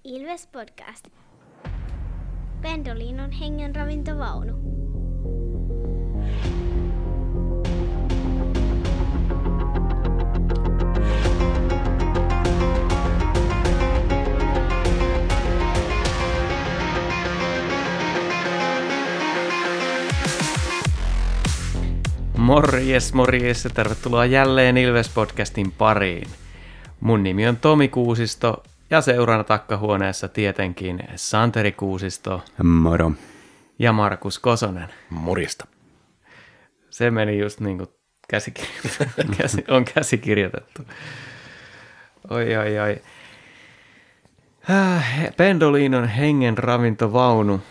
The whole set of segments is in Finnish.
Ilves Podcast. Pendolinon hengen ravintovaunu. Morjes ja tervetuloa jälleen Ilves-podcastin pariin. Mun nimi on Tomi Kuusisto ja seurana takkahuoneessa tietenkin Santeri Kuusisto. Moro. Ja Markus Kosonen. Morjesta. Se meni just niin kuin on käsikirjoitettu. Oi. Pendolinon hengen ravintovaunu.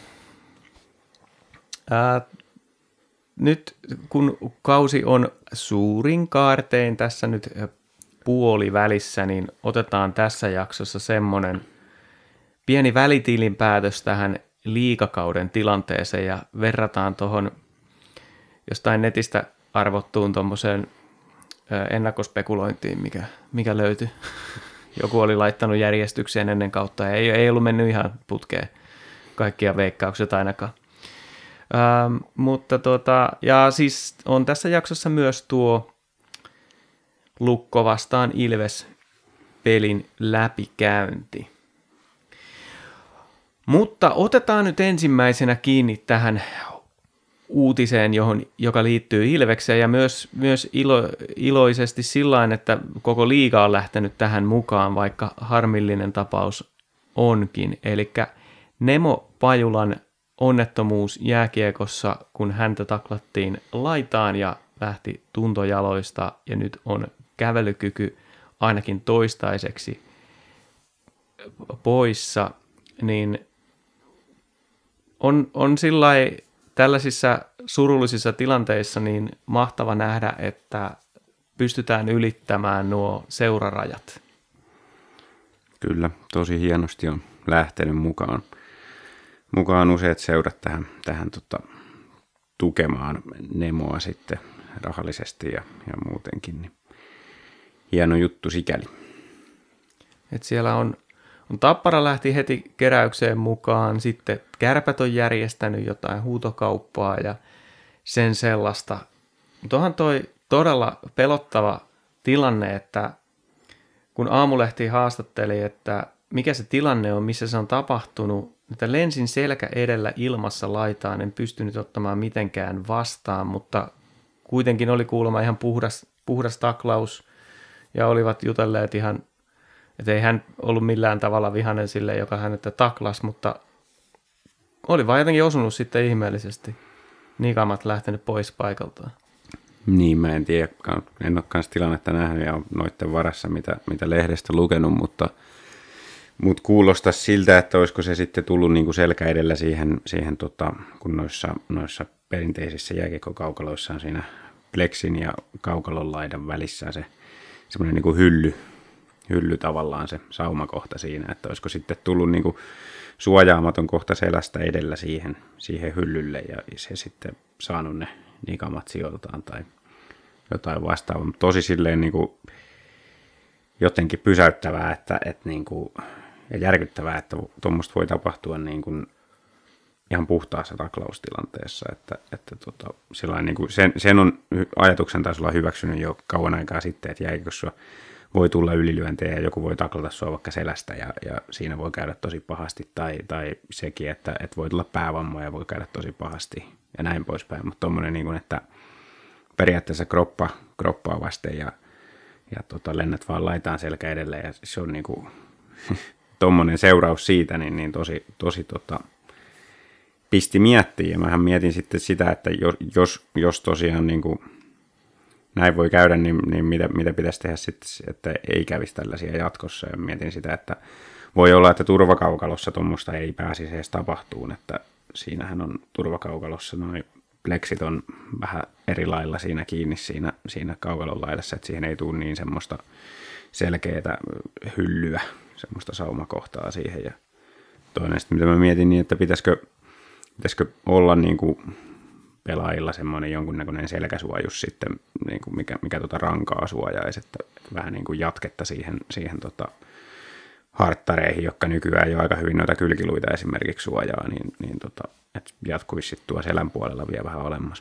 Nyt kun kausi on suurin kaartein tässä nyt puolivälissä, niin otetaan tässä jaksossa semmoinen pieni välitilinpäätös tähän liigakauden tilanteeseen ja verrataan tuohon jostain netistä arvottuun tuommoiseen ennakkospekulointiin, mikä löytyi. Joku oli laittanut järjestykseen ennen kautta ja ei ollut mennyt ihan putkeen kaikkia veikkaukset ainakaan. Ja siis on tässä jaksossa myös tuo Lukko vastaan Ilves pelin läpikäynti. Mutta otetaan nyt ensimmäisenä kiinni tähän uutiseen, joka liittyy Ilvekseen ja myös iloisesti sillain, että koko liiga on lähtenyt tähän mukaan, vaikka harmillinen tapaus onkin. Eli Nemo Pajulan onnettomuus jääkiekossa, kun häntä taklattiin laitaan ja lähti tuntojaloista ja nyt on kävelykyky ainakin toistaiseksi poissa, niin on sillai tällaisissa surullisissa tilanteissa niin mahtava nähdä, että pystytään ylittämään nuo seurarajat. Kyllä, tosi hienosti on lähtenyt mukaan useat seurat tähän tukemaan Nemoa sitten rahallisesti ja muutenkin. Niin hieno juttu sikäli. Et siellä on Tappara lähti heti keräykseen mukaan, sitten Kärpät on järjestänyt jotain huutokauppaa ja sen sellaista. Mutta onhan toi todella pelottava tilanne, että kun Aamulehti haastatteli, että mikä se tilanne on, missä se on tapahtunut, että lensin selkä edellä ilmassa laitaan, en pystynyt ottamaan mitenkään vastaan, mutta kuitenkin oli kuulemma ihan puhdas taklaus ja olivat jutelleet ihan, että ei hän ollut millään tavalla vihainen sille, joka hänettä taklasi, mutta oli vaan jotenkin osunut sitten ihmeellisesti. Nikamat lähtenyt pois paikaltaan. Niin, mä en tiedä, en ole kanssa tilannetta nähnyt ja noitten varassa, mitä lehdestä lukenut, mutta kuulostaa siltä, että olisiko se sitten tullut niin kuin selkä edellä siihen kun noissa perinteisissä jääkiekkokaukaloissa on siinä pleksin ja kaukalon laidan välissä se semmoinen niin kuin hylly tavallaan se saumakohta siinä, että olisiko sitten tullut niin kuin suojaamaton kohta selästä edellä siihen hyllylle ja se sitten saanut ne nikamat sijoiltaan tai jotain vastaavaa, mutta tosi silleen niin kuin jotenkin pysäyttävää että niin kuin, ja järkyttävää, että tuommoista voi tapahtua niin kuin ihan puhtaassa taklaustilanteessa, että sillain niin kuin sen on ajatuksen tasolla hyväksynyt jo kauan aikaa sitten, että jääkiekossa voi tulla ylilyöntejä ja joku voi taklata sua vaikka selästä ja siinä voi käydä tosi pahasti tai sekin, että voi tulla päävammoja ja voi käydä tosi pahasti ja näin poispäin, mutta tommoinen niin kuin, että periaatteessa kroppaa vasten ja lennät vaan laitaan selkä edelleen ja se on niinku tommonen seuraus siitä, niin tosi pisti miettiä ja mähän mietin sitten sitä, että jos tosiaan niinku näin voi käydä, niin mitä pitäisi tehdä sitten, että ei kävisi tällaisia jatkossa ja mietin sitä, että voi olla, että turvakaukalossa tuommoista ei pääsisi edes tapahtuun, että siinähän on turvakaukalossa noin pleksit on vähän eri lailla siinä kiinni siinä kaukalon laidassa, että siihen ei tule niin semmoista selkeää hyllyä, semmoista saumakohtaa siihen. Ja toinen sitten, mitä mä mietin, niin että pitäisikö olla niin kuin pelaajilla semmoinen jonkunnäköinen selkäsuojus sitten, niin kuin mikä rankaa suojaisi, että vähän niin kuin jatketta siihen harttareihin, jotka nykyään jo aika hyvin noita kylkiluita esimerkiksi suojaa, että jatkuisi sitten tuo selän puolella vielä vähän olemassa.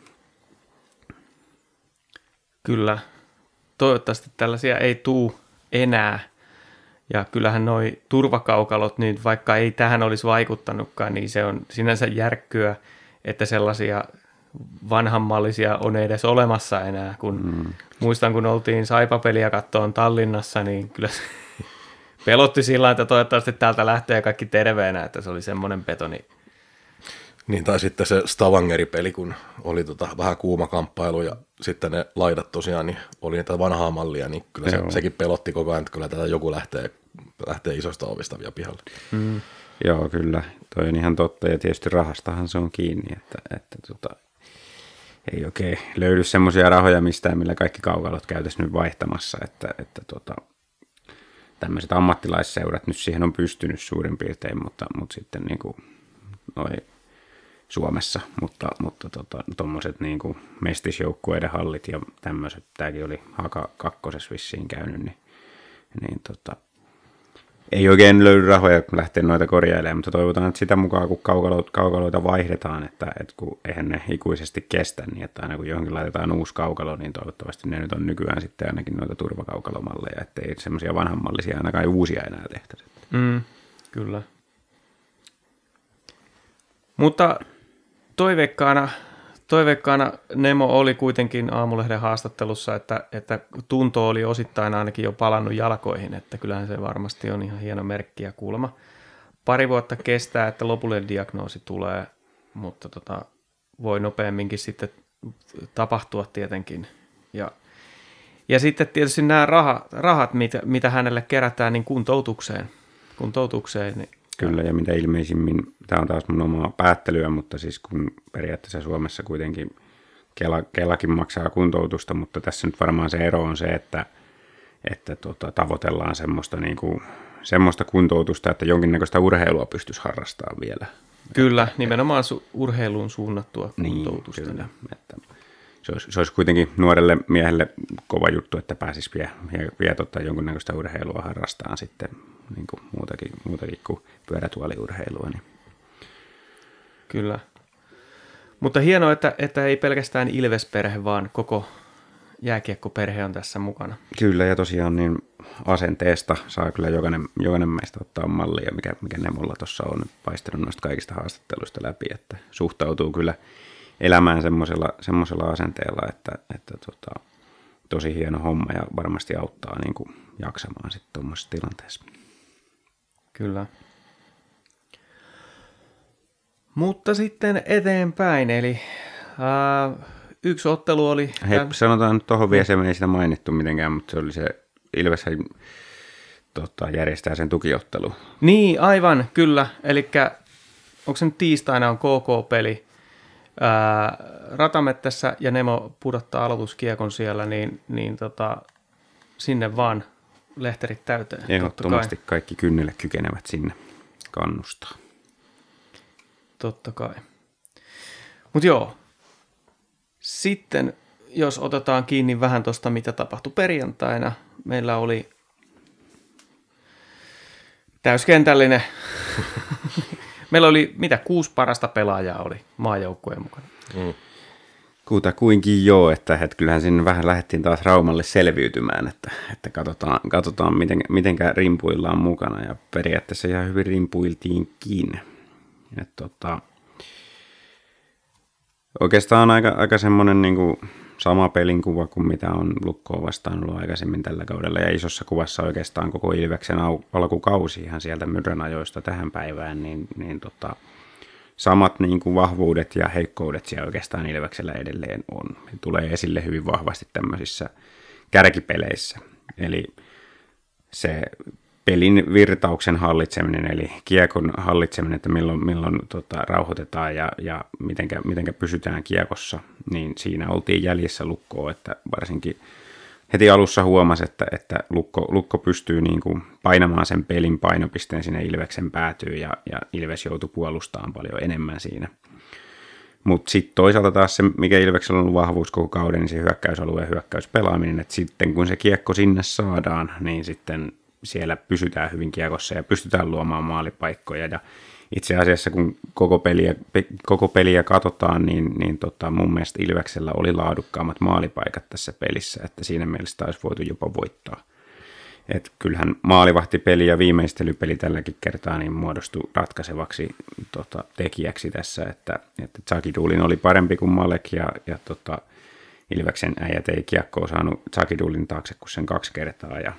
Kyllä. Toivottavasti tällaisia ei tule enää. Ja kyllähän noi turvakaukalot, niin vaikka ei tähän olisi vaikuttanutkaan, niin se on sinänsä järkkyä, että sellaisia vanhanmallisia on edes olemassa enää. Muistan, kun oltiin Saipa-peliä kattoon Tallinnassa, niin kyllä se pelotti sillä, että toivottavasti täältä lähtee kaikki terveenä, että se oli semmoinen betoni. Niin, tai sitten se Stavanger-peli, kun oli vähän kuuma kamppailu ja sitten ne laidat tosiaan, niin oli niitä vanhaa mallia, niin kyllä sekin pelotti koko ajan, että kyllä tätä joku lähtee isosta ovista vielä pihalle. Joo, kyllä. Toi on ihan totta ja tietysti rahastahan se on kiinni, että ei oikein löydy semmoisia rahoja mistään, millä kaikki kaukalot käytäisiin nyt vaihtamassa, että tämmöiset ammattilaisseurat nyt siihen on pystynyt suurin piirtein, mutta sitten niin kuin noi Suomessa, mutta tuommoiset niin kuin mestisjoukkueiden hallit ja tämmöiset, tämäkin oli Haka kakkosessa vissiin käynyt, niin ei oikein löydy rahoja lähteä noita korjailemaan, mutta toivotaan, että sitä mukaan, kun kaukaloita vaihdetaan, että kun eihän ne ikuisesti kestä, niin että aina kun johonkin laitetaan uusi kaukalo, niin toivottavasti ne nyt on nykyään sitten ainakin noita turvakaukalomalleja, ettei semmoisia vanhanmallisia ainakaan uusia enää tehtäisi. Kyllä. Mutta toiveikkaana Nemo oli kuitenkin Aamulehden haastattelussa, että tunto oli osittain ainakin jo palannut jalkoihin, että kyllähän se varmasti on ihan hieno merkki ja kuulemma. 2 vuotta kestää, että lopullinen diagnoosi tulee, mutta voi nopeamminkin sitten tapahtua tietenkin. Ja sitten tietysti nämä rahat mitä hänelle kerätään, niin kuntoutukseen. Niin Kyllä, ja mitä ilmeisimmin, tämä on taas mun omaa päättelyä, mutta siis kun periaatteessa Suomessa kuitenkin Kelakin maksaa kuntoutusta, mutta tässä nyt varmaan se ero on se, että tavoitellaan semmoista kuntoutusta, että jonkinnäköistä urheilua pystyisi harrastamaan vielä. Kyllä, nimenomaan urheiluun suunnattua kuntoutusta. Niin, kyllä, että se olisi kuitenkin nuorelle miehelle kova juttu, että pääsisi vielä jonkinnäköistä urheilua harrastamaan sitten niin kuin muutakin kuin pyörätuoliurheilua. Niin. Kyllä. Mutta hienoa, että ei pelkästään Ilves-perhe, vaan koko jääkiekkoperhe on tässä mukana. Kyllä, ja tosiaan niin asenteesta saa kyllä jokainen meistä ottaa mallia, mikä Nemolla tuossa on paistanut noista kaikista haastatteluista läpi, että suhtautuu kyllä elämään semmoisella asenteella, että tosi hieno homma ja varmasti auttaa niin kuin jaksamaan sitten tuommoisessa tilanteessa. Kyllä. Mutta sitten eteenpäin, eli yksi ottelu oli... Hei, sanotaan nyt tuohon vielä, se ei sitä mainittu mitenkään, mutta se oli se Ilves järjestää sen tukiottelu. Niin, aivan, kyllä. Eli onko se nyt tiistaina on KK-peli, Ratamettässä ja Nemo pudottaa aloituskiekon siellä, niin sinne vaan lehterit täyteen. Ehdottomasti kaikki kynnelle kykenevät sinne kannustaa. Totta kai. Mutta joo, sitten jos otetaan kiinni vähän tuosta, mitä tapahtui perjantaina, meillä oli täyskentällinen. Meillä oli 6 parasta pelaajaa oli maajoukkueen mukana. Kutakuinkin joo, että kyllähän sinne vähän lähdettiin taas Raumalle selviytymään, että katsotaan mitenkä rimpuillaan mukana, ja periaatteessa ihan hyvin rimpuiltiinkin. Oikeastaan aika semmoinen niin kuin sama pelinkuva kuin mitä on Lukkoa vastaan ollut aikaisemmin tällä kaudella, ja isossa kuvassa oikeastaan koko Ilveksen alkukausi ihan sieltä Myrrän ajoista tähän päivään, niin samat niin kuin vahvuudet ja heikkoudet siellä oikeastaan Ilveksellä edelleen on. Ne tulee esille hyvin vahvasti tämmöisissä kärkipeleissä. Eli se pelin virtauksen hallitseminen, eli kiekon hallitseminen, että milloin rauhoitetaan ja mitenkä pysytään kiekossa, niin siinä oltiin jäljessä Lukkoa, että varsinkin heti alussa huomasi, että Lukko pystyy niin kuin painamaan sen pelin painopisteen sinne Ilveksen päätyyn, ja Ilves joutui puolustamaan paljon enemmän siinä. Mutta sitten toisaalta taas se, mikä Ilveksellä on ollut vahvuus koko kauden, niin se hyökkäysalueen hyökkäyspelaaminen, että sitten kun se kiekko sinne saadaan, niin sitten siellä pysytään hyvin kiekossa ja pystytään luomaan maalipaikkoja. Ja itse asiassa kun koko peliä katsotaan, niin mun mielestä Ilveksellä oli laadukkaammat maalipaikat tässä pelissä, että siinä mielessä olisi voitu jopa voittaa. Et kyllähän maalivahtipeli ja viimeistelypeli tälläkin kertaa niin muodostui ratkaisevaksi tekijäksi tässä, että Tsakiduulin oli parempi kuin Malek ja Ilveksen äijät ei kiekkoa saanut Tsakiduulin taakse kuin sen 2 kertaa ja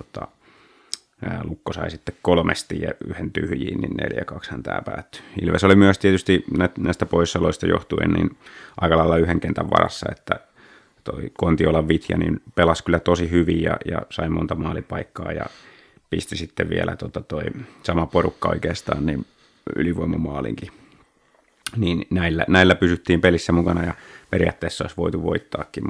Lukko sai sitten 3 ja 1 tyhjiin, niin 4-2 tämä päättyi. Ilves oli myös tietysti näistä poissaoloista johtuen niin aika lailla 1 kentän varassa, että toi Kontiolan Vitja niin pelasi kyllä tosi hyvin ja sai monta maalipaikkaa ja pisti sitten vielä toi sama porukka oikeastaan niin ylivoimamaalinkin. Niin näillä pysyttiin pelissä mukana ja periaatteessa olisi voitu voittaakin,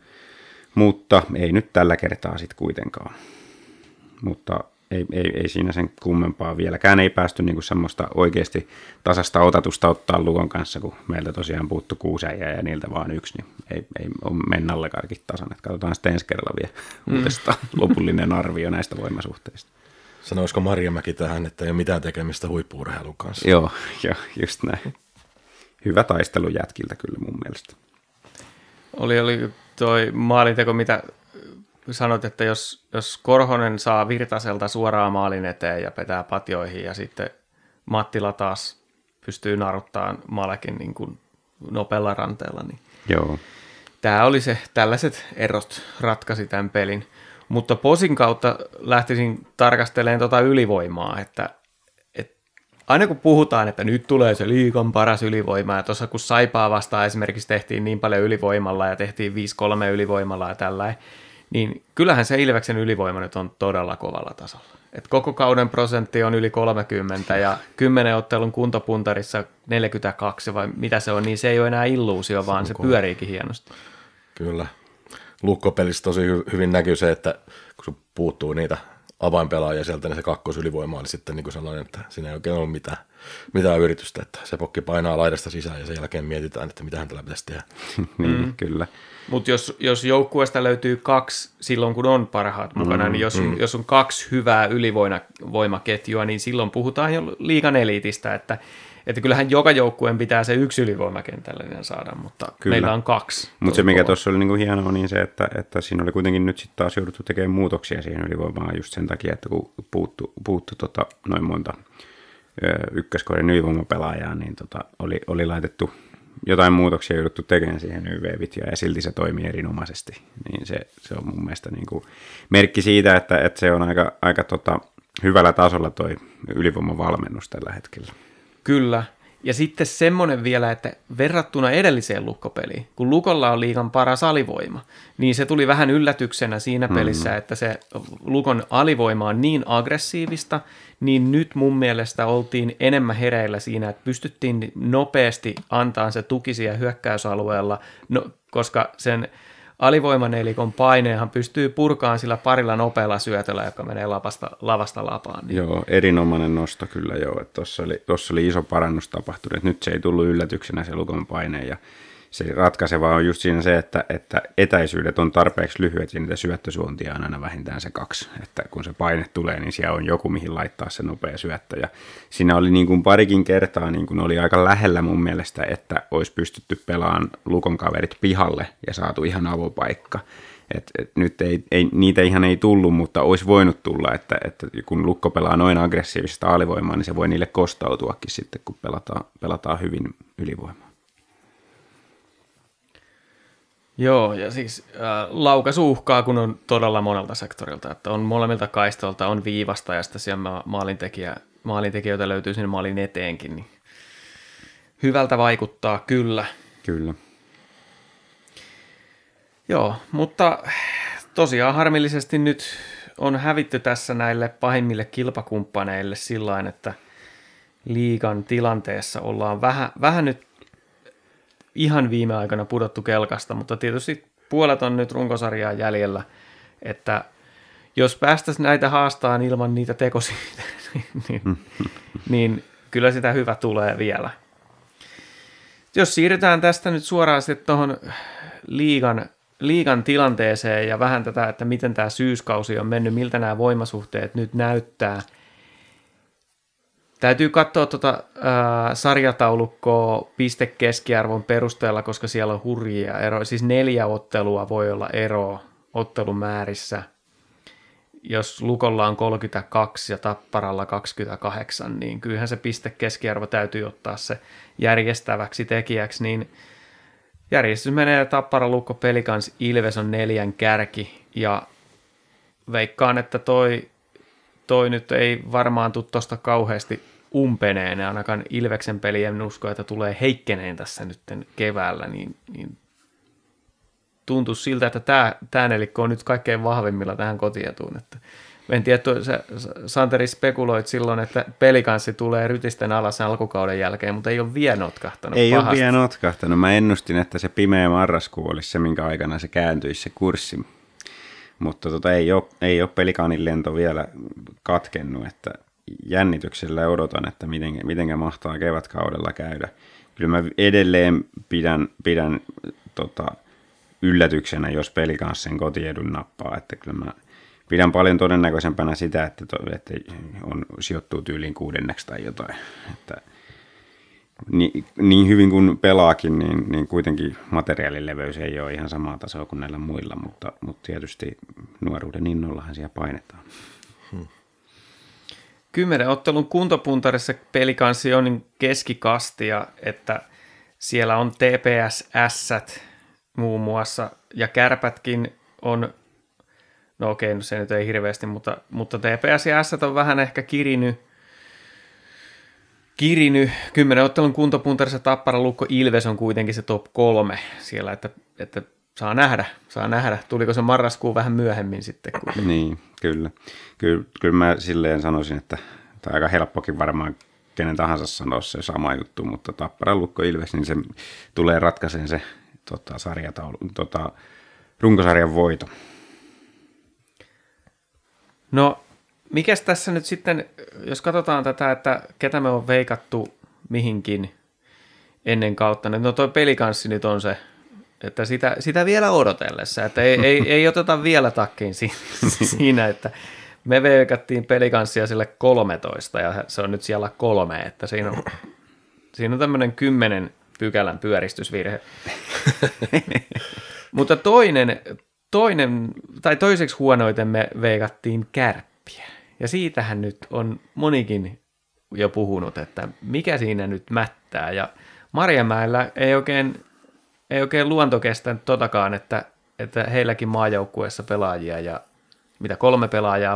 mutta ei nyt tällä kertaa sitten kuitenkaan. Mutta ei siinä sen kummempaa vieläkään ei päästy niinku semmoista oikeasti tasasta otatusta ottaa Lukon kanssa, kun meiltä tosiaan puuttu 6 äijää ja niiltä vaan 1, niin ei ole Mennalle karkit tasan. Että katsotaan sitten ensi kerralla vielä uudestaan lopullinen arvio näistä voimasuhteista. Sanoisiko Marjamäki tähän, että ei ole mitään tekemistä huippu-urheilun kanssa? Joo, just näin. Hyvä taistelu jätkiltä kyllä mun mielestä. Oli toi maalinteko, mitä sanot, että jos Korhonen saa Virtaselta suoraan maalin eteen ja petää patjoihin ja sitten Mattila taas pystyy naruttamaan Malekin niin kuin nopealla ranteella, niin joo. Tämä oli se, tällaiset erot ratkaisi tämän pelin. Mutta posin kautta lähtisin tarkastelemaan ylivoimaa, että aina kun puhutaan, että nyt tulee se liigan paras ylivoima, ja tuossa kun Saipaa vastaan esimerkiksi tehtiin niin paljon ylivoimalla ja tehtiin 5-3 ylivoimalla ja tällainen, niin kyllähän se Ilveksen ylivoima nyt on todella kovalla tasolla. Et koko kauden prosentti on yli 30 ja 10 ottelun kuntopuntarissa 42 vai mitä se on, niin se ei ole enää illuusio, vaan se pyöriikin hienosti. Kyllä. Lukkopelissä tosi hyvin näkyy se, että kun sun puuttuu niitä avainpelaajia sieltä, niin se kakkosylivoima oli sitten niin kuin sellainen, että siinä ei oikein ollut mitään yritystä, että se pokki painaa laidasta sisään ja sen jälkeen mietitään, että mitähän tällä pitäisi tehdä. Niin, kyllä. Mutta jos joukkueesta löytyy 2 silloin, kun on parhaat mukana, niin jos on 2 hyvää ylivoimaketjua, niin silloin puhutaan jo liigan eliitistä, että kyllähän joka joukkueen pitää se 1 ylivoimakentällinen saada, mutta kyllä. Meillä on 2. Mutta se, mikä tuossa oli niinku hienoa, niin se, että siinä oli kuitenkin nyt sitten taas jouduttu tekemään muutoksia siihen ylivoimaan just sen takia, että kun puuttu noin monta ykköskorin ylivoimapelaajaa, niin oli laitettu jotain muutoksia jouduttu tekemään siihen YV-vitjaan ja silti se toimii erinomaisesti. Niin se on mun mielestä niinku merkki siitä, että se on aika hyvällä tasolla toi ylivoimavalmennus tällä hetkellä. Kyllä. Ja sitten semmoinen vielä, että verrattuna edelliseen Lukkopeliin, kun Lukolla on liigan paras alivoima, niin se tuli vähän yllätyksenä siinä pelissä, että se Lukon alivoima on niin aggressiivista, niin nyt mun mielestä oltiin enemmän hereillä siinä, että pystyttiin nopeasti antaa se tuki siellä hyökkäysalueella, koska sen alivoimanelikon paineenhan pystyy purkaan sillä parilla nopealla syötöllä, joka menee lavasta lapaan. Niin. Joo, erinomainen nosto kyllä joo. Tuossa oli iso parannus tapahtunut, että nyt se ei tullut yllätyksenä se Lukon paine ja se ratkaiseva on just siinä se, että etäisyydet on tarpeeksi lyhyet ja niitä syöttösuontia on aina vähintään se 2. Että kun se paine tulee, niin siellä on joku, mihin laittaa se nopea syöttö. Ja siinä oli niin kuin parikin kertaa, niin kuin oli aika lähellä mun mielestä, että olisi pystytty pelaamaan Lukon kaverit pihalle ja saatu ihan avopaikka. Nyt niitä ihan ei tullut, mutta olisi voinut tulla, että kun Lukko pelaa noin aggressiivista alivoimaa, niin se voi niille kostautuakin sitten, kun pelataan hyvin ylivoimaa. Joo, ja siis laukaisu uhkaa, kun on todella monelta sektorilta, että on molemmilta kaistolta, on viivasta ja sitten siellä maalintekijöitä löytyy sinne maalin eteenkin, niin hyvältä vaikuttaa kyllä. Kyllä. Joo, mutta tosiaan harmillisesti nyt on hävitty tässä näille pahimmille kilpakumppaneille sillain, että liigan tilanteessa ollaan vähän nyt ihan viime aikoina pudottu kelkasta, mutta tietysti puolet on nyt runkosarjaa jäljellä, että jos päästäisiin näitä haastaan ilman niitä tekosia, niin kyllä sitä hyvä tulee vielä. Jos siirrytään tästä nyt suoraan sitten tuohon liigan liigan tilanteeseen ja vähän tätä, että miten tämä syyskausi on mennyt, miltä nämä voimasuhteet nyt näyttää. Täytyy katsoa sarjataulukkoa pistekeskiarvon perusteella, koska siellä on hurjia eroja. Siis 4 ottelua voi olla eroa ottelumäärissä. Jos Lukolla on 32 ja Tapparalla 28, niin kyllähän se pistekeskiarvo täytyy ottaa se järjestäväksi tekijäksi, niin järjestys menee Tappara, Lukko, Pelikans, Ilves on 4 kärki, ja veikkaan, että toi nyt ei varmaan tule tuosta kauheasti umpeneen, ainakaan Ilveksen peli en usko, että tulee heikkeneen tässä nyt keväällä, niin tuntuu siltä, että tämä nelikko on nyt kaikkein vahvimmilla tähän kotietuun. Että en tiedä, Santeri spekuloit silloin, että Pelikanssi tulee rytisten alas alkukauden jälkeen, mutta ei ole vielä notkahtanut ei pahasti. Ole vielä notkahtanut. Mä ennustin, että se pimeä marraskuu olisi se, minkä aikana se kääntyisi se kurssi. Mutta ei ole Pelikanin lento vielä katkennut, että jännityksellä odotan, että mitenkä mahtaa kevätkaudella käydä. Kyllä mä edelleen pidän yllätyksenä, jos Pelikans sen kotiedun nappaa, että kyllä mä pidän paljon todennäköisempänä sitä, että sijoittuu tyyliin 6. tai jotain. Että niin hyvin kuin pelaakin, niin kuitenkin materiaalileveys ei ole ihan samaa tasoa kuin näillä muilla, mutta tietysti nuoruuden innollahan siellä painetaan. 10 ottelun kuntopuntarissa Pelikanssi on niin keskikastia, että siellä on TPS-ässät muun muassa, ja Kärpätkin on, no okei, no se nyt ei hirveästi, mutta TPS ja ässät on vähän ehkä kirinyt. 10 ottelun kuntopuntarissa Tappara, Lukko, Ilves on kuitenkin se top 3 siellä, että saa nähdä. Tuliko se marraskuu vähän myöhemmin sitten? Niin, kyllä mä silleen sanoisin, että tämä on aika helppokin varmaan kenen tahansa sanoa se sama juttu, mutta Tappara, Lukko, Ilves, niin se tulee ratkaiseen se runkosarjan voito. No, mikäs tässä nyt sitten, jos katsotaan tätä, että ketä me on veikattu mihinkin ennen kautta, no toi Pelikanssi nyt on se, että sitä vielä odotellessa, että ei oteta vielä takkiin siinä, että me veikattiin Pelikanssia sille 13 ja se on nyt siellä 3, että siinä on tämmöinen 10 pykälän pyöristysvirhe. Mutta toiseksi huonoiten me veikattiin Kärppiä. Ja siitähän nyt on monikin jo puhunut, että mikä siinä nyt mättää. Ja Marjamäellä ei oikein luonto kestänyt totakaan, että heilläkin maajoukkueessa pelaajia ja 3 pelaajaa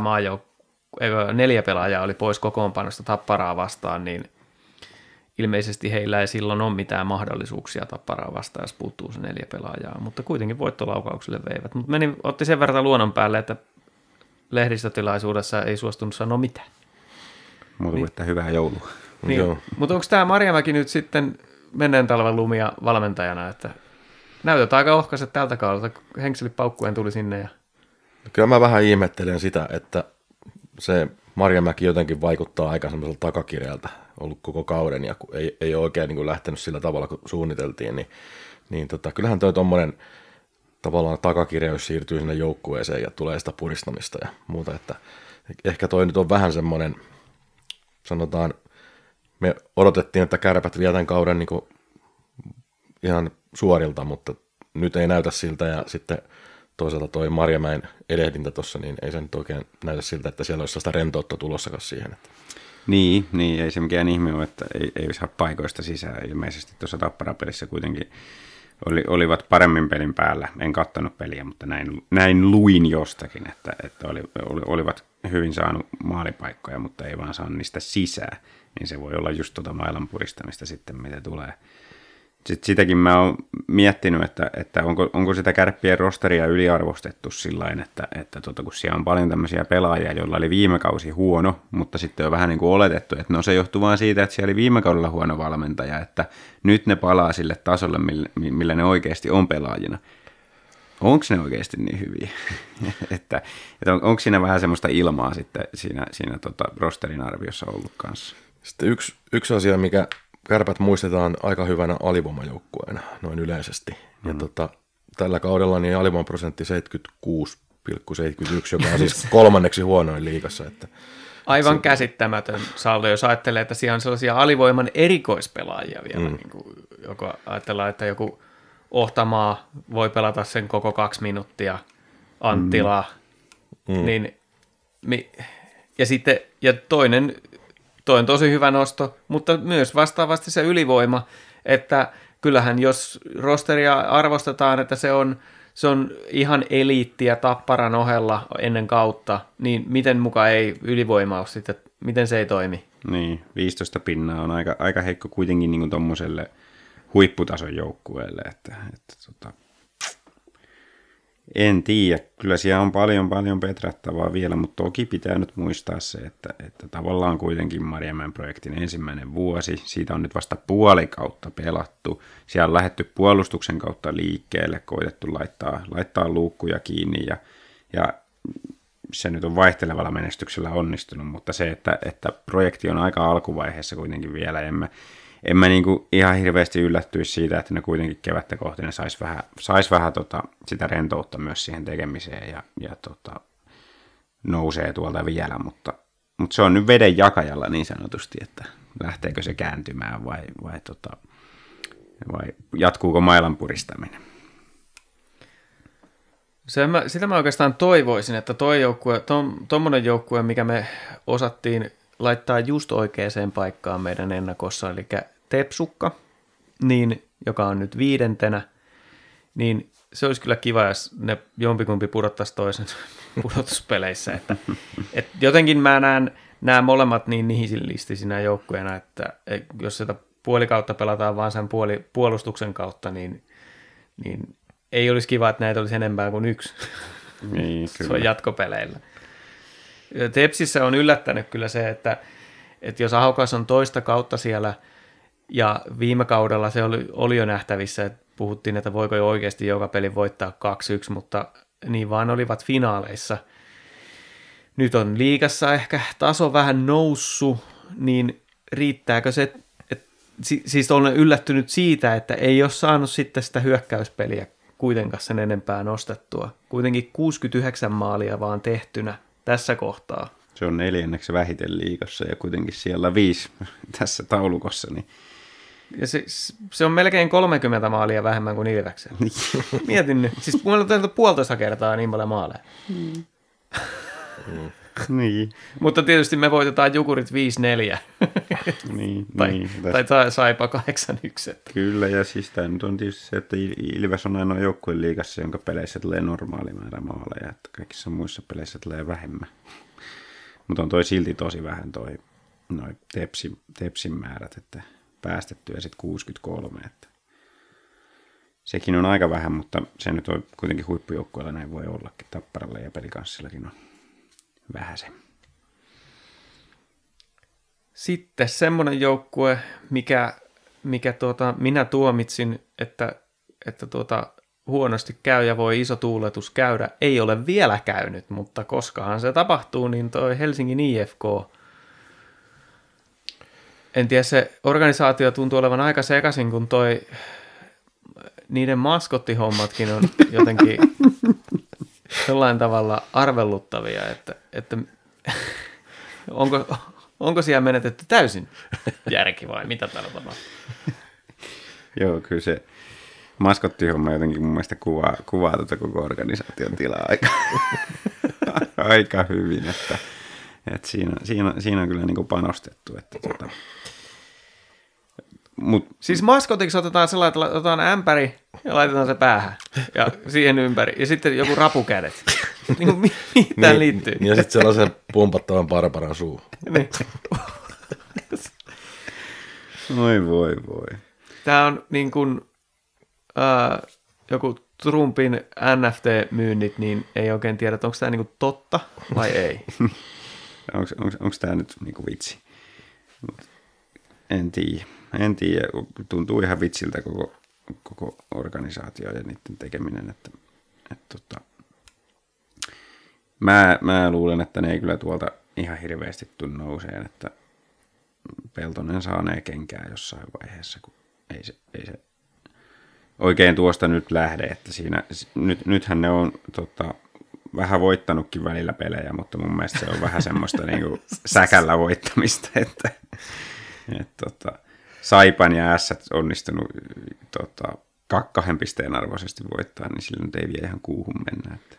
4 pelaajaa oli pois kokoonpanosta Tapparaa vastaan, niin ilmeisesti heillä ei silloin ole mitään mahdollisuuksia Tapparaa vastaan, jos puuttuu se 4 pelaajaa, mutta kuitenkin voittolaukauksille veivät. Mutta otti sen verran luonnon päälle, että lehdistötilaisuudessa ei suostunut sanoa mitään. Muuta kuin, että hyvää joulua. Niin. Mutta onko tämä Marjamäki nyt sitten menneen talven lumia valmentajana, että näytät aika ohkaiset tältä kaudelta, henkselit paukkuen tuli sinne. Ja... Kyllä mä vähän ihmettelen sitä, että se Marjamäki jotenkin vaikuttaa aika semmoiselta takakirjalta ollut koko kauden, ja kun ei ole oikein niin kuin lähtenyt sillä tavalla, kun suunniteltiin, niin kyllähän toi tommonen tavallaan takakirjaus siirtyy sinne joukkueeseen ja tulee sitä puristamista ja muuta, että ehkä toi nyt on vähän semmoinen, sanotaan, me odotettiin, että Kärpät vie tämän kauden niin kuin ihan suorilta, mutta nyt ei näytä siltä, ja sitten toisaalta toi Marjamäen edehdintä tuossa, niin ei se nyt oikein näytä siltä, että siellä olisi sellaista rentoutta tulossakaan siihen. Että. Niin, ei se mikään ihme ole, että ei saa paikoista sisään. Ilmeisesti tuossa Tappara-pelissä kuitenkin olivat paremmin pelin päällä. En katsonut peliä, mutta näin luin jostakin, että olivat hyvin saanut maalipaikkoja, mutta ei vaan saa niistä sisään. Niin se voi olla just tuota mailan puristamista sitten, mitä tulee. Sitten sitäkin mä oon miettinyt, että onko sitä Kärppien rosteria yliarvostettu sillain, että kun siellä on paljon tämmöisiä pelaajia, joilla oli viime kausi huono, mutta sitten on vähän niin kuin oletettu, että no se johtuu vaan siitä, että siellä oli viime kaudella huono valmentaja, että nyt ne palaa sille tasolle, millä ne oikeasti on pelaajina. Onko ne oikeasti niin hyviä? että onko siinä vähän semmoista ilmaa sitten siinä rosterin arviossa ollut kanssa? Sitten yksi asia, mikä Kärpät muistetaan aika hyvänä alivoimajoukkueena noin yleisesti. Ja tällä kaudella niin alivoimaprosentti 76,71, joka on siis kolmanneksi huonoin liigassa. Että Aivan käsittämätön saldo, jos ajattelee, että siellä on sellaisia alivoiman erikoispelaajia vielä. Niin kuin, joka ajatellaan, että joku Ohtamaa voi pelata sen koko 2 minuuttia, Anttila, niin ja toinen on tosi hyvä nosto, mutta myös vastaavasti se ylivoima, että kyllähän jos rosteria arvostetaan, että se on ihan eliittiä Tapparan ohella ennen kautta, niin miten muka ei ylivoimaus sitten, miten se ei toimi? Niin, 15 pinnaa on aika heikko kuitenkin niin tuommoiselle huipputason joukkueelle, että en tiedä, kyllä siellä on paljon petrattavaa vielä, mutta toki pitää nyt muistaa se, että tavallaan kuitenkin Marjamäen projektin ensimmäinen vuosi, siitä on nyt vasta puolikautta pelattu, siellä on lähdetty puolustuksen kautta liikkeelle, koitettu laittaa luukkuja kiinni ja se nyt on vaihtelevalla menestyksellä onnistunut, mutta se, että projekti on aika alkuvaiheessa kuitenkin vielä, en mä niinku ihan hirveästi yllättyisi siitä, että ne kuitenkin kevättä kohti ne sais vähän sitä rentoutta myös siihen tekemiseen ja nousee tuolta vielä, mutta se on nyt veden jakajalla niin sanotusti, että lähteekö se kääntymään vai jatkuuko mailan puristaminen. Sitä mä oikeastaan toivoisin, että tommonen joukkue, mikä me osattiin laittaa just oikeaan paikkaan meidän ennakossa, eli Tepsukka, niin, joka on nyt 5, niin se olisi kyllä kiva, jos ne jompikumpi pudottaisi toisen pudotuspeleissä. Että jotenkin mä näen nämä molemmat niin nihilistisinä joukkueena, että jos sitä puolikautta pelataan vaan sen puolustuksen kautta, niin ei olisi kiva, että näitä olisi enempää kuin 1. Niin, se on jatkopeleillä. Tepsissä on yllättänyt kyllä se, että jos Ahokas on toista kautta siellä, ja viime kaudella se oli jo nähtävissä, että puhuttiin, että voiko jo oikeasti joka peli voittaa 2-1, mutta niin vaan olivat finaaleissa. Nyt on liigassa ehkä taso vähän noussut, niin riittääkö se, siis olen yllättynyt siitä, että ei ole saanut sitten sitä hyökkäyspeliä kuitenkaan sen enempää nostettua. Kuitenkin 69 maalia vaan tehtynä tässä kohtaa. Se on 4. vähiten liigassa ja kuitenkin siellä 5 tässä taulukossa. Niin. Ja se on melkein 30 maalia vähemmän kuin Ilveksellä. Mietin nyt. Siis mulla on tehty 1,5 kertaa niin paljon maaleja. Niin. Mutta tietysti me voitetaan Jukurit 5-4. Tai Saipa 8-1. Kyllä, ja siis tämä nyt on tietysti se, että Ilves on ainoa joukkueen liigassa, jonka peleissä tulee normaali määrä maaleja, että kaikissa muissa peleissä tulee vähemmän. Mutta on toi silti tosi vähän noi Tepsin määrät, että päästettyä sitten 63, että sekin on aika vähän, mutta se nyt on kuitenkin huippujoukkueella, näin voi ollakin. Tapparalla ja Pelikanssillakin on vähäsen. Sitten semmoinen joukkue, mikä minä tuomitsin, että huonosti käy ja voi iso tuuletus käydä, ei ole vielä käynyt, mutta koskahan se tapahtuu, niin toi Helsingin IFK. En tiedä, se organisaatio tuntuu olevan aika sekaisin, kun niiden maskottihommatkin on jotenkin jollain tavalla arveluttavia, että onko siellä menetetty täysin järki vai mitä täällä tapahtuu? Joo, kyllä se maskottihomma jotenkin mun mielestä kuvaa tuota koko organisaation tilaa aika hyvin, että siinä on kyllä niin kuin panostettu. Että Siis maskotiksi otetaan sellainen, että otetaan ämpäri ja laitetaan se päähän ja siihen ympäri. Ja sitten joku rapukädet. Niin kuin, mihin tämä liittyy? Ja sitten sellaisen pumpattavan Barbaran suu. Niin. Voi. Tämä on niin kuin joku Trumpin NFT-myynnit, niin ei oikein tiedä, onko tämä niin kuin totta vai ei. Onko tämä nyt niin kuin vitsi? En tiedä. Tuntuu ihan vitsiltä koko organisaatio ja niiden tekeminen. Mä luulen, että ne ei kyllä tuolta ihan hirveästi tule nouseen, että Peltonen saa ne kenkää jossain vaiheessa, kun ei se oikein tuosta nyt lähde, että siinä, nythän ne on vähän voittanutkin välillä pelejä, mutta mun mielestä se on vähän semmoista niinku säkällä voittamista, että Saipan ja Ässät onnistunut 2 pisteen arvoisesti voittaa, niin sillä nyt ei vielä ihan kuuhun mennä. Että.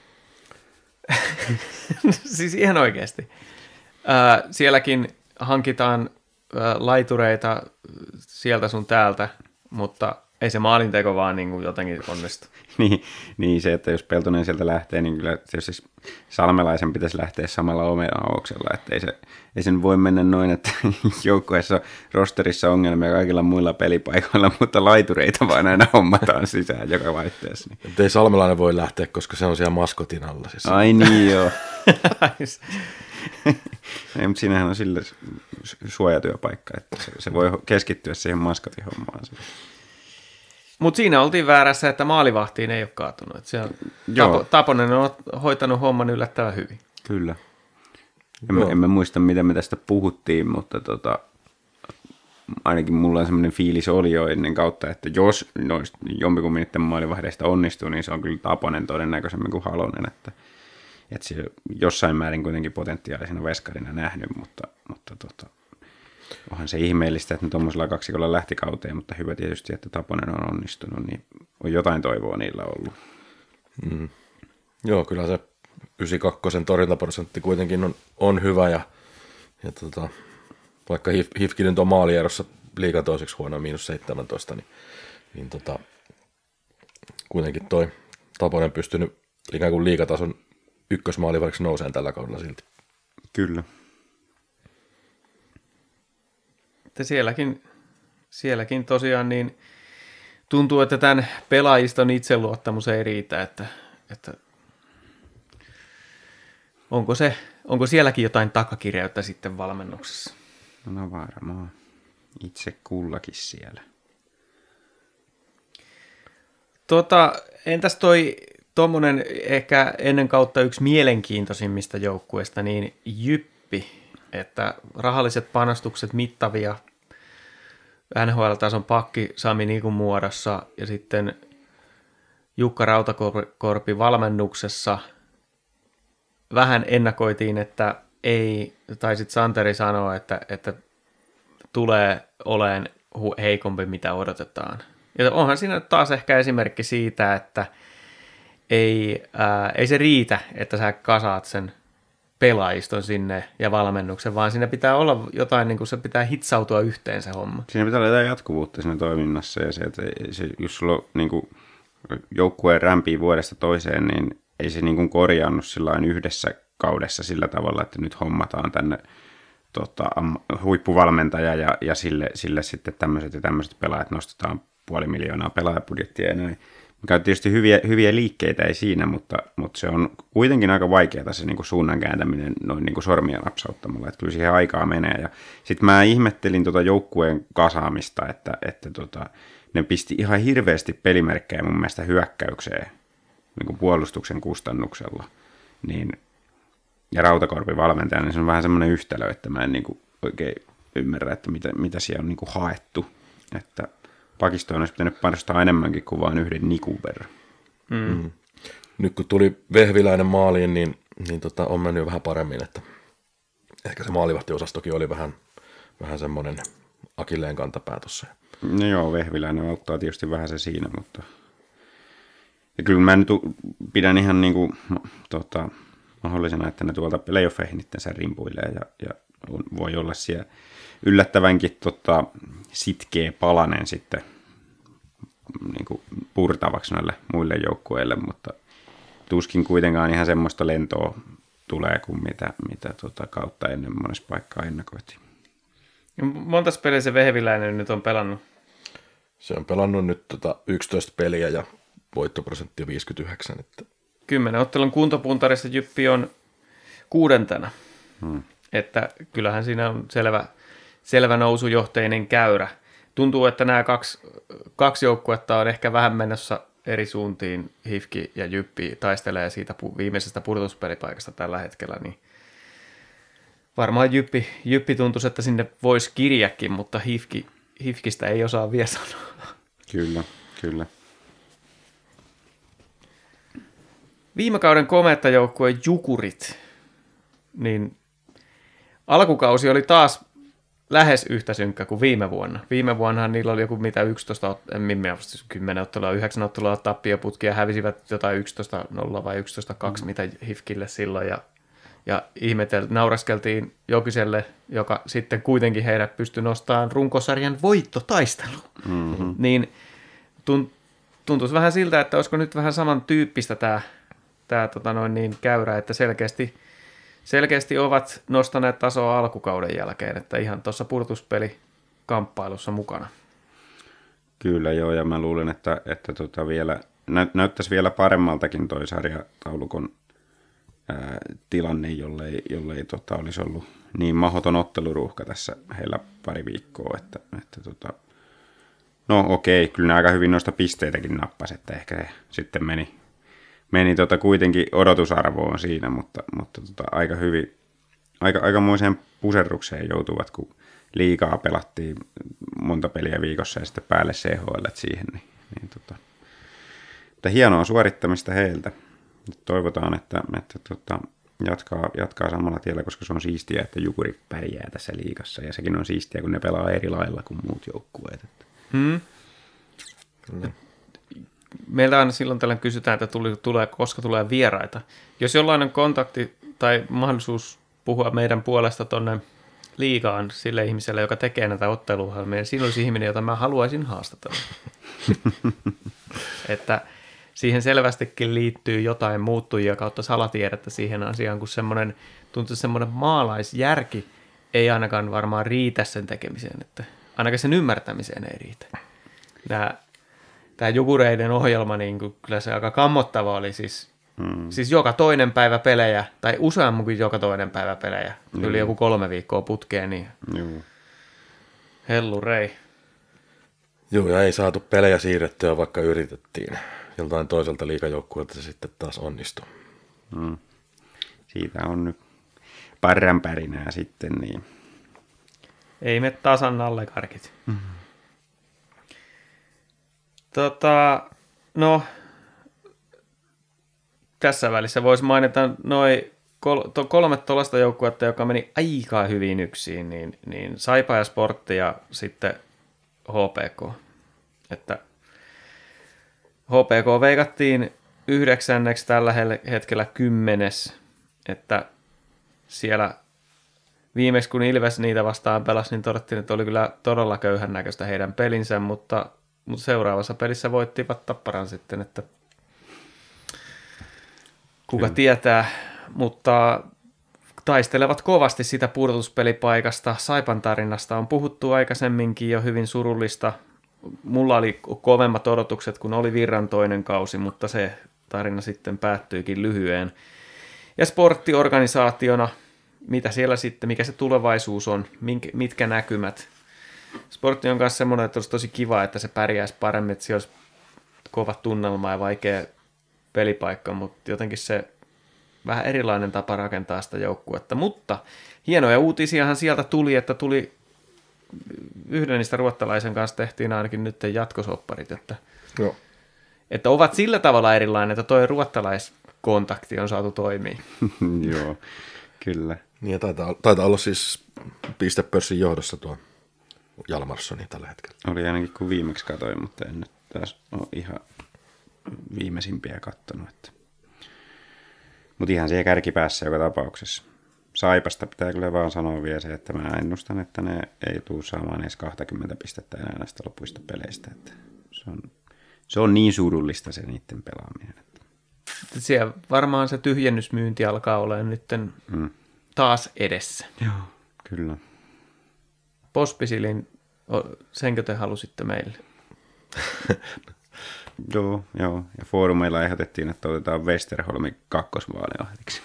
Siis ihan oikeasti. Sielläkin hankitaan laitureita sieltä sun täältä, mutta ei se maalinteko vaan niin kuin jotenkin onnistu. niin, se, että jos Peltonen sieltä lähtee, niin kyllä tietysti Salmelaisen pitäisi lähteä samalla omena-auksella, että ei se voi mennä noin, että joukkueessa rosterissa ongelmia kaikilla muilla pelipaikoilla, mutta laitureita vaan aina hommataan sisään joka vaihteessa. Niin. Ei Salmelainen voi lähteä, koska se on siellä maskotin alla. Siis. Ai niin joo. Ei, mutta siinähän on sille suojatyöpaikka, että se voi keskittyä siihen maskotin hommaan. Mutta siinä oltiin väärässä, että maalivahtiin ei ole kaatunut. Taponen on hoitanut homman yllättävän hyvin. Kyllä. Emme muista, mitä me tästä puhuttiin, mutta ainakin mulla on semmoinen fiilis oli jo ennen kautta, että jos jompikummin niiden maalivahdeista onnistuu, niin se on kyllä Taponen todennäköisemmin kuin Halonen. Että se jossain määrin kuitenkin potentiaalisena veskarina nähnyt, mutta onhan se ihmeellistä, että ne tuommoisella kaksikolla lähti kauteen, mutta hyvä tietysti, että Taponen on onnistunut, niin on jotain toivoa niillä ollut. Mm. Joo, kyllä se 92 torjuntaprosentti kuitenkin on hyvä, ja vaikka HIFK nyt on maalierossa liigan toiseksi huono, -17, niin kuitenkin toi Taponen pystynyt ikään kuin liigatason ykkösmaalivariksi nouseen tällä kaudella silti. Kyllä. Että sielläkin tosiaan niin tuntuu, että tämän pelaajiston itseluottamus ei riitä, että onko sielläkin jotain takakirjausta sitten valmennuksessa? No varmaan. Itse kullakin siellä. Entäs tuommoinen ehkä ennen kautta yksi mielenkiintoisimmista joukkueista, niin Jyppi, että rahalliset panostukset mittavia, NHL-tason pakki Sami Nikun muodossa ja sitten Jukka Rautakorpi valmennuksessa. Vähän ennakoitiin, että ei, tai sitten Santeri sanoi, että tulee oleen heikompi, mitä odotetaan. Ja onhan siinä taas ehkä esimerkki siitä, että ei se riitä, että sä kasaat sen pelaajiston sinne ja valmennuksen, vaan siinä pitää olla jotain, niin kuin se pitää hitsautua yhteen se homma. Siinä pitää olla jotain jatkuvuutta siinä toiminnassa, ja se, että jos sulla on niin kuin joukkueen rämpii vuodesta toiseen, niin ei se niin kuin korjaannut sillain yhdessä kaudessa sillä tavalla, että nyt hommataan tänne huippuvalmentaja ja sille sitten tämmöiset ja tämmöiset pelaajat nostetaan 500,000 pelaajapudjettia ja näin. Mikä on tietysti hyviä liikkeitä, ei siinä, mutta se on kuitenkin aika vaikeaa se niin kuin suunnan kääntäminen noin niin kuin sormia napsauttamalla, että kyllä siihen aikaa menee. Ja sitten mä ihmettelin joukkueen kasaamista, että ne pisti ihan hirveästi pelimerkkejä mun mielestä hyökkäykseen niin kuin puolustuksen kustannuksella. Ja Rautakorpi valmentaja, niin se on vähän semmoinen yhtälö, että mä en niin kuin oikein ymmärrä, että mitä siellä on niin kuin haettu, että pakistoon olisi pitänyt panostaa enemmänkin kuin vain yhden Nikun verran. Mm. Nyt kun tuli Vehviläinen maaliin, niin on mennyt jo vähän paremmin, että ehkä se maalivahtiosastokin oli vähän semmoinen akilleen kantapää tuossa. No joo, Vehviläinen auttaa tietysti vähän se siinä, mutta ja kyllä mä nyt pidän ihan niin kuin, mahdollisena, että ne tuolta playoffeihin itsensä rimpuilee ja voi olla siellä yllättävänkin sitkeä palanen sitten niin kuin purtavaksi noille muille joukkueille, mutta tuskin kuitenkaan ihan semmoista lentoa tulee kuin mitä kautta ennen monessa paikkaa ennakoitiin. Montas peliä se Vehviläinen nyt on pelannut? Se on pelannut nyt 11 peliä ja voittoprosentti on 59. Että 10 ottelun kuntopuntarissa Jyppi on 6. Että kyllähän siinä on selvä nousujohteinen käyrä. Tuntuu, että nämä kaksi joukkuetta on ehkä vähän menossa eri suuntiin. HIFK ja Jyppi taistelee siitä viimeisestä pudotuspelipaikasta tällä hetkellä. Niin varmaan Jyppi tuntuisi, että sinne voisi kirjäkin, mutta HIFKistä ei osaa vielä sanoa. Kyllä. Kyllä. Viime kauden komeetta joukkue Jukurit, niin alkukausi oli taas lähes yhtä synkkä kuin viime vuonna. Viime vuonnahan niillä oli joku 10 ottelua, 9 ottelua tappioputkia, hävisivät jotain 11-0 vai 11-2, mitä Hifkille silloin, ja nauraskeltiin Jokiselle, joka sitten kuitenkin heidät pystyi nostamaan runkosarjan voittotaisteluun. Mm-hmm. Niin tuntuisi vähän siltä, että olisiko nyt vähän samantyyppistä tämä käyrä, että selkeästi ovat nostaneet tasoa alkukauden jälkeen, että ihan tuossa pudotuspelikamppailussa mukana. Kyllä joo, ja mä luulen, että vielä näyttäisi vielä paremmaltakin toi sarjataulukon tilanne, jollei olisi ollut niin mahdoton otteluruuhka tässä heillä pari viikkoa, että no okei, kyllä ne aika hyvin noista pisteitäkin nappasi, että ehkä se sitten meni kuitenkin odotusarvoon siinä, mutta aika hyvin, aikamoiseen puserrukseen joutuvat, kun liigaa pelattiin monta peliä viikossa ja sitten päälle CHL siihen, mutta hienoa suorittamista heiltä. Toivotaan, että jatkaa samalla tiellä, koska se on siistiä, että Jukuri pärjää tässä liigassa, ja sekin on siistiä, kun ne pelaa eri lailla kuin muut joukkueet. Meiltä aina silloin tällöin kysytään, että koska tulee vieraita. Jos jollain on kontakti tai mahdollisuus puhua meidän puolesta tuonne liigaan sille ihmiselle, joka tekee näitä otteluohjelmia, niin siinä olisi ihminen, jota mä haluaisin haastatella. Että siihen selvästikin liittyy jotain muuttujia kautta salatiedettä siihen asiaan, kun tuntuu semmoinen maalaisjärki ei ainakaan varmaan riitä sen tekemiseen, että ainakaan sen ymmärtämiseen ei riitä. Tämä Jukureiden ohjelma, niin kyllä se aika kammottava oli siis joka toinen päivä pelejä, tai useammin kuin joka toinen päivä pelejä, yli joku 3 viikkoa putkeen, niin hellurei. Joo, ja ei saatu pelejä siirrettyä, vaikka yritettiin. Joltain toiselta liigajoukkueelta se sitten taas onnistui. Siitä on nyt parranpärinää sitten, niin ei me tasan alle karkit. Tässä välissä voisi mainita noin 3 tuollaista joukkuetta, joka meni aika hyvin yksin, niin Saipa ja Sportti ja sitten HPK. Että HPK veikattiin 9. tällä hetkellä 10. Että siellä viimeksi kun Ilves niitä vastaan pelasi, niin todettiin, että oli kyllä todella köyhän näköistä heidän pelinsä, mutta seuraavassa pelissä voittivat Tapparan sitten, että kuka tietää, mutta taistelevat kovasti sitä pudotuspelipaikasta. Saipan tarinasta on puhuttu aikaisemminkin jo hyvin surullista. Mulla oli kovemmat odotukset, kun oli Virran toinen kausi, mutta se tarina sitten päättyikin lyhyeen. Ja sporttiorganisaationa, mitä siellä sitten, mikä se tulevaisuus on, mitkä näkymät. Sportti on myös semmoinen, että olisi tosi kiva, että se pärjäisi paremmin, että siellä olisi kova tunnelma ja vaikea pelipaikka, mutta jotenkin se vähän erilainen tapa rakentaa sitä joukkuetta. Mutta hienoja uutisiahan sieltä tuli, että tuli yhden niistä ruottalaisen kanssa tehtiin ainakin nyt jatkosopparit, että ovat sillä tavalla erilainen, että toi ruottalaiskontakti on saatu toimia. Joo, kyllä. Niin ja taitaa olla siis pistepörssin johdossa tuo Jalmarssoni tällä hetkellä. Oli ainakin kun viimeksi katsoin, mutta en nyt taas ole ihan viimeisimpiä katsonut. Mutta ihan siellä kärkipäässä joka tapauksessa. Saipasta pitää kyllä vaan sanoa vielä se, että mä ennustan, että ne ei tule saamaan edes 20 pistettä enää näistä lopuista peleistä. Että se on niin surullista se niiden pelaaminen. Siellä varmaan se tyhjennysmyynti alkaa olemaan nyt taas edessä. Joo, kyllä. Pospisilin, senkö te halusitte meille? Joo. Ja foorumeilla ehdotettiin, että otetaan Westerholmin kakkosvaaliahdiksi.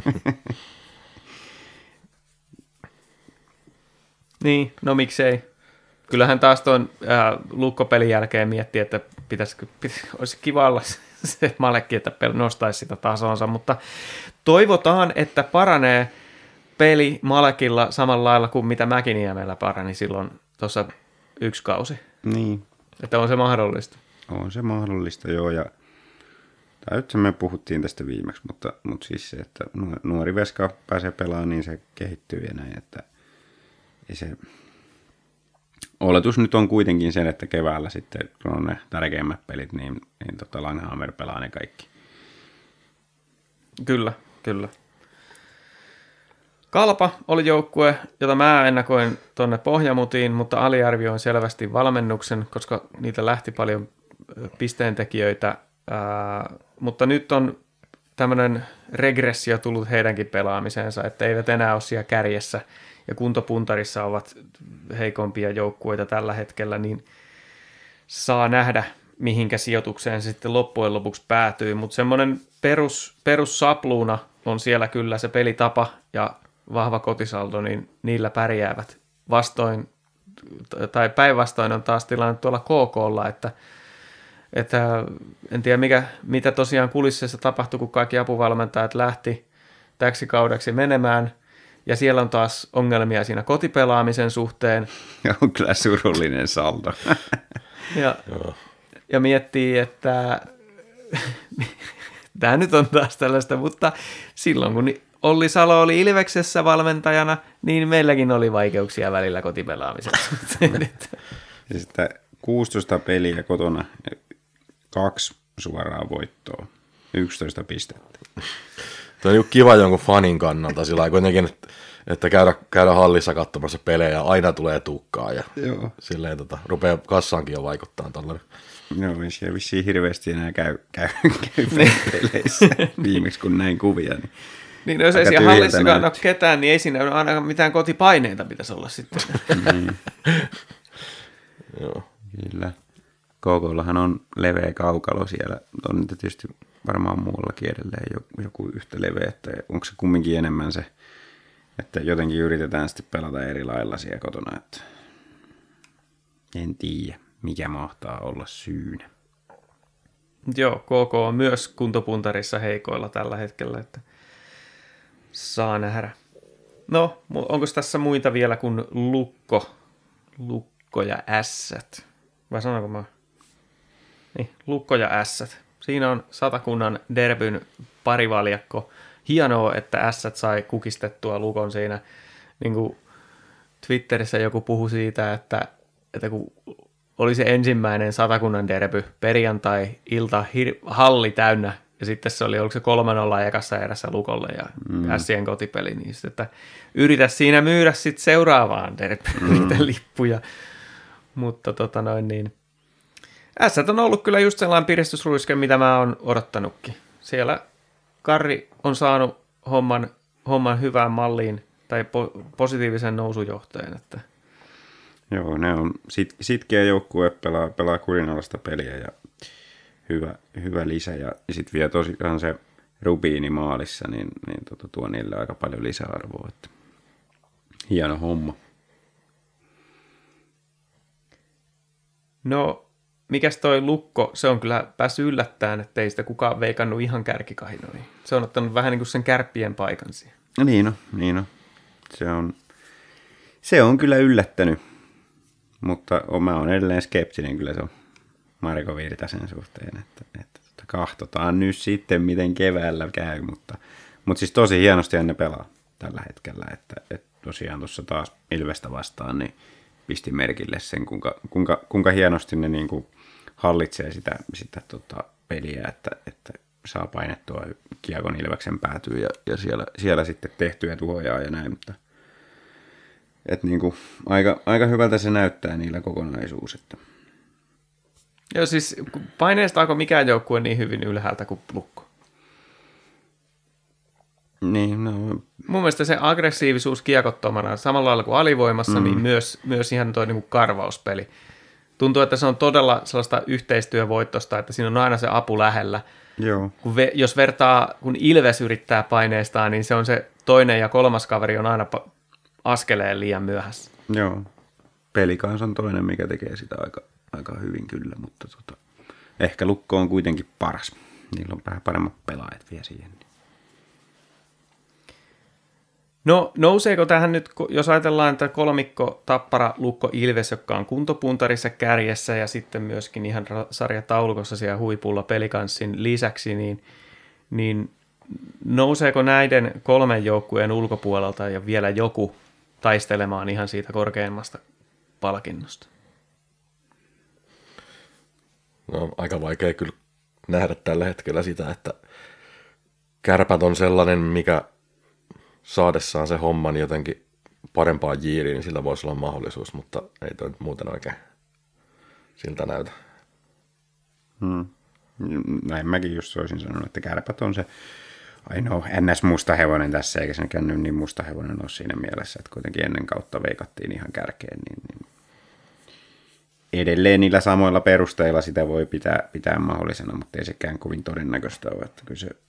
Niin, no miksei. Kyllähän taas tuon lukkopelin jälkeen miettii, että olisi kiva olla se Malekki, että nostaisi sitä tasonsa, mutta toivotaan, että paranee peli Malekilla samalla lailla kuin mitä Mäkiniemellä parani silloin tuossa 1 kausi. Niin. Että on se mahdollista. On se mahdollista, joo, ja täytyy me puhuttiin tästä viimeksi, mutta siis se, että nuori veska pääsee pelaamaan, niin se kehittyy ja näin, että ei se... Oletus nyt on kuitenkin sen, että keväällä sitten, kun on ne tärkeimmät pelit, niin Langhammer pelaa ne kaikki. Kyllä. Kalpa oli joukkue, jota mä ennakoin tuonne Pohjamutiin, mutta aliarvioin selvästi valmennuksen, koska niitä lähti paljon pisteentekijöitä. Mutta nyt on tämmöinen regressio tullut heidänkin pelaamiseensa, että eivät enää ole siellä kärjessä ja kuntopuntarissa ovat heikompia joukkueita tällä hetkellä, niin saa nähdä, mihinkä sijoitukseen se sitten loppujen lopuksi päätyy. Mutta semmoinen perussapluuna on siellä kyllä se pelitapa ja vahva kotisaldo, niin niillä pärjäävät. Päinvastoin on taas tilanne tuolla KK:lla, että en tiedä mitä tosiaan kulisseissa tapahtui, kun kaikki apuvalmentajat lähti täksi kaudeksi menemään, ja siellä on taas ongelmia siinä kotipelaamisen suhteen. Ja on kyllä surullinen saldo. Ja miettii, että tämä nyt on taas tällaista, mutta silloin kun Olli Salo oli Ilveksessä valmentajana, niin meilläkin oli vaikeuksia välillä kotipelaamisessa. Ja sitten 16 peliä kotona, 2 suoraa voittoa, 11 pistettä. Tuo on kiva jonkun fanin kannalta, sillä kuitenkin, että käydä hallissa katsomassa pelejä, aina tulee tukkaa ja silleen rupeaa kassaankin jo vaikuttaa tällainen. Joo, ei vissiin hirveästi enää käy peleissä viimeksi, kun näin kuvia. Niin jos ei siellä hallissakaan ole ketään, niin ei siinä ole ainakaan mitään kotipaineita pitäisi olla sitten. Niin. Joo. Kyllä. KK:llahan on leveä kaukalo siellä. On niitä tietysti varmaan muuallakin edelleen joku yhtä leveä, että onko se kumminkin enemmän se, että jotenkin yritetään sitten pelata eri lailla siellä kotona, että en tiedä, mikä mahtaa olla syynä. Joo, KK on myös kuntopuntarissa heikoilla tällä hetkellä, että saa nähdä. No, onko tässä muita vielä kuin Lukko ja Ässät? Vai sanonko mä? Niin, Lukko ja Ässät. Siinä on Satakunnan derbyn parivaljakko. Hienoa, että Ässät sai kukistettua Lukon siinä. Niin kuin Twitterissä joku puhui siitä, että kun oli se ensimmäinen Satakunnan derby, perjantai-ilta, halli täynnä, ja sitten se oli, oliko se 3-0 ekassa erässä Lukolle ja Ässien kotipeli, niin sitten, että yritä siinä myydä sitten seuraavaan derbyyn niitä lippuja. Mutta niin. Ässät on ollut kyllä just sellainen piristysruiske, mitä mä oon odottanutkin. Siellä Karri on saanut homman hyvään malliin tai positiivisen nousujohteen. Että. Joo, ne on sitkeä joukkue, pelaa kurinalaista peliä ja hyvä lisä. Ja sitten vielä tosiaan se Rubiini maalissa, niin tuo niille aika paljon lisäarvoa. Että hieno homma. No, mikäs toi Lukko, se on kyllä päässyt yllättämään, että ei sitä kukaan veikannut ihan kärkikahinoihin. Se on ottanut vähän niin kuin sen kärppien paikan siihen. No niin on. Se on kyllä yllättänyt, mutta mä oon edelleen skeptinen kyllä se on Marko Virtasen suhteen, että katsotaan nyt sitten, miten keväällä käy, mutta siis tosi hienosti ne pelaa tällä hetkellä, että tosiaan tuossa taas Ilvestä vastaan, niin pisti merkille sen, kuinka hienosti ne niin kuin hallitsee sitä peliä, että saa painettua kiekon Ilveksen päätyy ja siellä sitten tehtyä tuhojaa ja näin, mutta niin kuin aika hyvältä se näyttää niillä kokonaisuus. Että. Joo, siis paineestaako mikään joukkue niin hyvin ylhäältä kuin Lukko? Niin, no. Mun mielestä se aggressiivisuus kiekottomana, samalla lailla kuin alivoimassa, niin myös ihan tuo niin kuin karvauspeli. Tuntuu, että se on todella sellaista yhteistyövoittosta, että siinä on aina se apu lähellä. Joo. Jos vertaa, kun Ilves yrittää paineistaan, niin se on se toinen ja kolmas kaveri on aina askeleen liian myöhässä. Joo. Pelikans on toinen, mikä tekee sitä aika hyvin kyllä, mutta ehkä Lukko on kuitenkin paras. Niillä on vähän paremmat pelaajat vielä siihen. No nouseeko tähän nyt, jos ajatellaan, että kolmikko, Tappara, Lukko, Ilves, jotka on kuntopuntarissa kärjessä ja sitten myöskin ihan sarjataulukossa siellä huipulla Pelikanssin lisäksi, niin nouseeko näiden 3 joukkueen ulkopuolelta ja vielä joku taistelemaan ihan siitä korkeimmasta palkinnosta? No aika vaikea kyllä nähdä tällä hetkellä sitä, että Kärpät on sellainen, mikä saadessaan se homman jotenkin parempaan jiiriin, niin sillä voisi olla mahdollisuus, mutta ei toi nyt muuten oikein siltä näytä. Näin mäkin just olisin sanonut, että Kärpät on se ainoa NS-musta hevonen tässä, eikä se nyt niin musta hevonen ole siinä mielessä, että kuitenkin ennen kautta veikattiin ihan kärkeen, niin edelleen niillä samoilla perusteilla sitä voi pitää mahdollisena, mutta ei sekään kovin todennäköistä ole, että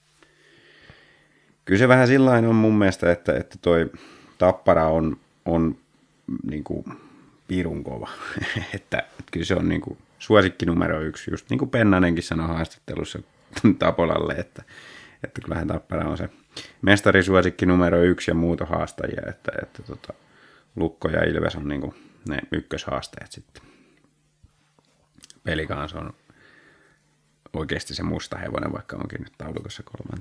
kyllä se vähän sillain on mun mielestä, että toi Tappara on niin kuin pirun kova, että kyllä se on niin kuin suosikki numero 1, just niin kuin Pennanenkin sanoi haastattelussa Tapolalle, että kyllähän Tappara on se mestarisuosikki numero 1 ja muut on haastajia, että Lukko ja Ilves on niin kuin ne ykköshaasteet sitten. Pelikans on oikeasti se musta hevonen, vaikka onkin nyt taulukossa 3.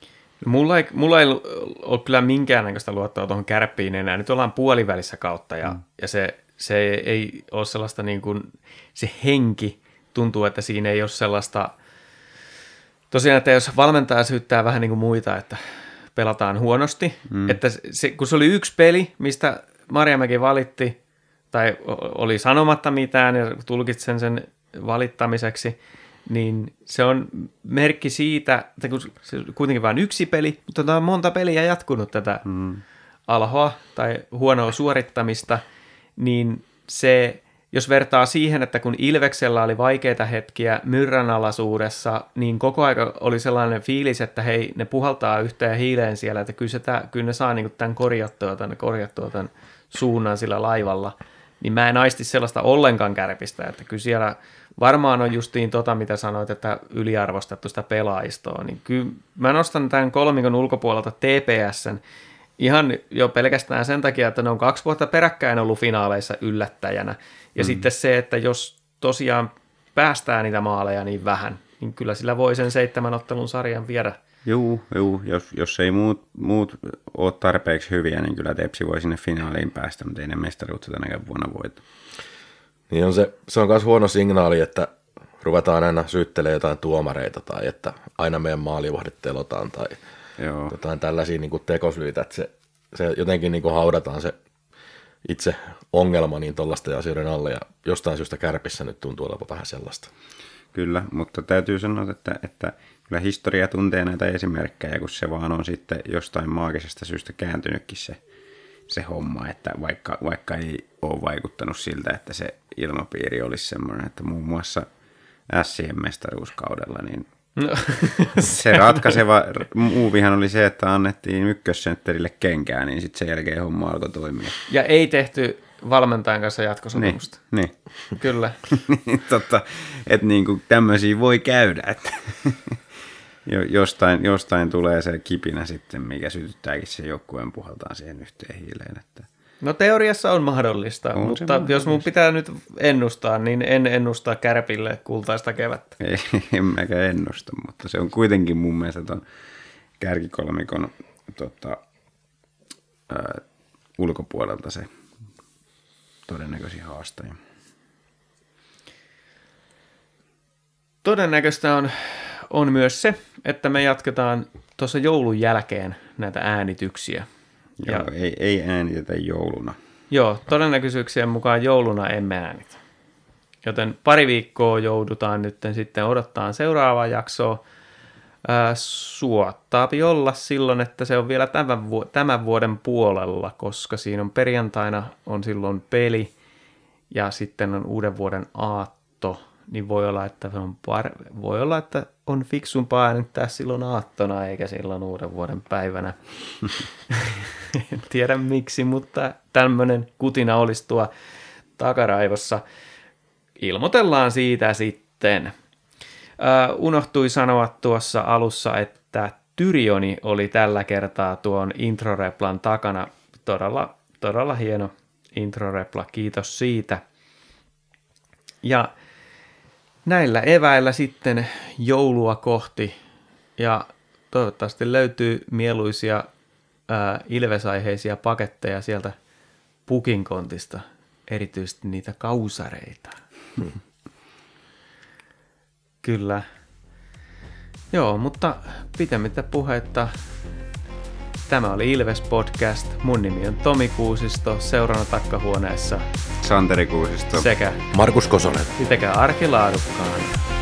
Mulla ei ole kyllä minkäännäköistä luottoa tuohon Kärppiin enää. Nyt ollaan puolivälissä kautta ja se ei ole sellaista niin kuin, se henki tuntuu, että siinä ei ole sellaista, tosiaan, että jos valmentaja syyttää vähän niin kuin muita, että pelataan huonosti, että kun se oli yksi peli, mistä Marjamäki valitti tai oli sanomatta mitään ja tulkitsen sen valittamiseksi, niin se on merkki siitä, että kun se on kuitenkin vain yksi peli, mutta on monta peliä jatkunut tätä alhoa tai huonoa suorittamista, niin se, jos vertaa siihen, että kun Ilveksellä oli vaikeita hetkiä myrränalaisuudessa, niin koko aika oli sellainen fiilis, että hei, ne puhaltaa yhteen hiileen siellä, että kyllä ne saa niin kuin tämän korjattua tämän suunnan sillä laivalla, niin mä en aisti sellaista ollenkaan Kärpistä, että kyllä siellä varmaan on justiin mitä sanoit, että yliarvostettu sitä pelaajistoa, niin kyllä mä nostan tämän kolmikon ulkopuolelta TPS:n ihan jo pelkästään sen takia, että ne on 2 vuotta peräkkäin ollut finaaleissa yllättäjänä, ja sitten se, että jos tosiaan päästään niitä maaleja niin vähän, niin kyllä sillä voi sen 7 ottelun sarjan viedä. Juu, jos ei muut ole tarpeeksi hyviä, niin kyllä Tepsi voi sinne finaaliin päästä, mutta ei ne mestaruutta tänäkään vuonna voita. Niin se on myös huono signaali, että ruvetaan aina syyttelemään jotain tuomareita tai että aina meidän maalivahdit telotaan tai jotain tällaisia niin kuin tekosyitä, että se jotenkin niin kuin haudataan se itse ongelma niin tuollaisten asioiden alle ja jostain syystä Kärpissä nyt tuntuu olevan vähän sellaista. Kyllä, mutta täytyy sanoa, että kyllä historia tuntee näitä esimerkkejä, kun se vaan on sitten jostain maagisesta syystä kääntynytkin se homma, että vaikka ei ole vaikuttanut siltä, että se ilmapiiri olisi semmoinen, että muun muassa Ässien mestaruuskaudella, niin se ratkaiseva muuvihan oli se, että annettiin ykkössentterille kenkää, niin sitten sen jälkeen homma alkoi toimia. Ja ei tehty valmentajan kanssa jatkosopimusta. Niin. Kyllä. Totta, että niin kuin tämmöisiä voi käydä, että jostain tulee se kipinä sitten, mikä sytyttääkin sen joukkueen puhaltaan siihen yhteen hiileen. Että no teoriassa on mahdollista, mutta jos mun pitää nyt ennustaa, niin en ennustaa Kärpille kultaista kevättä. En mäkään ennusta, mutta se on kuitenkin mun mielestä ton kärkikolmikon ulkopuolelta se todennäköisin haastaja. Todennäköistä on myös se, että me jatketaan tuossa joulun jälkeen näitä äänityksiä. Joo, ei äänitetä jouluna. Joo, todennäköisyyksien mukaan jouluna emme äänitä. Joten pari viikkoa joudutaan nyt sitten odottaa seuraavaa jaksoa. Suottaapi olla silloin, että se on vielä tämän vuoden puolella, koska siinä on perjantaina on silloin peli ja sitten on uuden vuoden aatto, niin voi olla, että on fiksumpaa äänittää silloin aattona eikä silloin uuden vuoden päivänä. En tiedä miksi, mutta tämmöinen kutina olisi tuo takaraivossa. Ilmoitellaan siitä sitten. Unohtui sanoa tuossa alussa, että Tyrioni oli tällä kertaa tuon introreplan takana. Todella hieno introrepla, kiitos siitä. Ja näillä eväillä sitten joulua kohti ja toivottavasti löytyy mieluisia ilvesaiheisia paketteja sieltä pukinkontista, erityisesti niitä kausareita. Kyllä. Joo, mutta pitemmittä puhetta. Tämä oli Ilves Podcast. Mun nimi on Tomi Kuusisto, seurana takkahuoneessa Santeri Kuusisto sekä Markus Kosonen. pitäkää arki laadukkaana.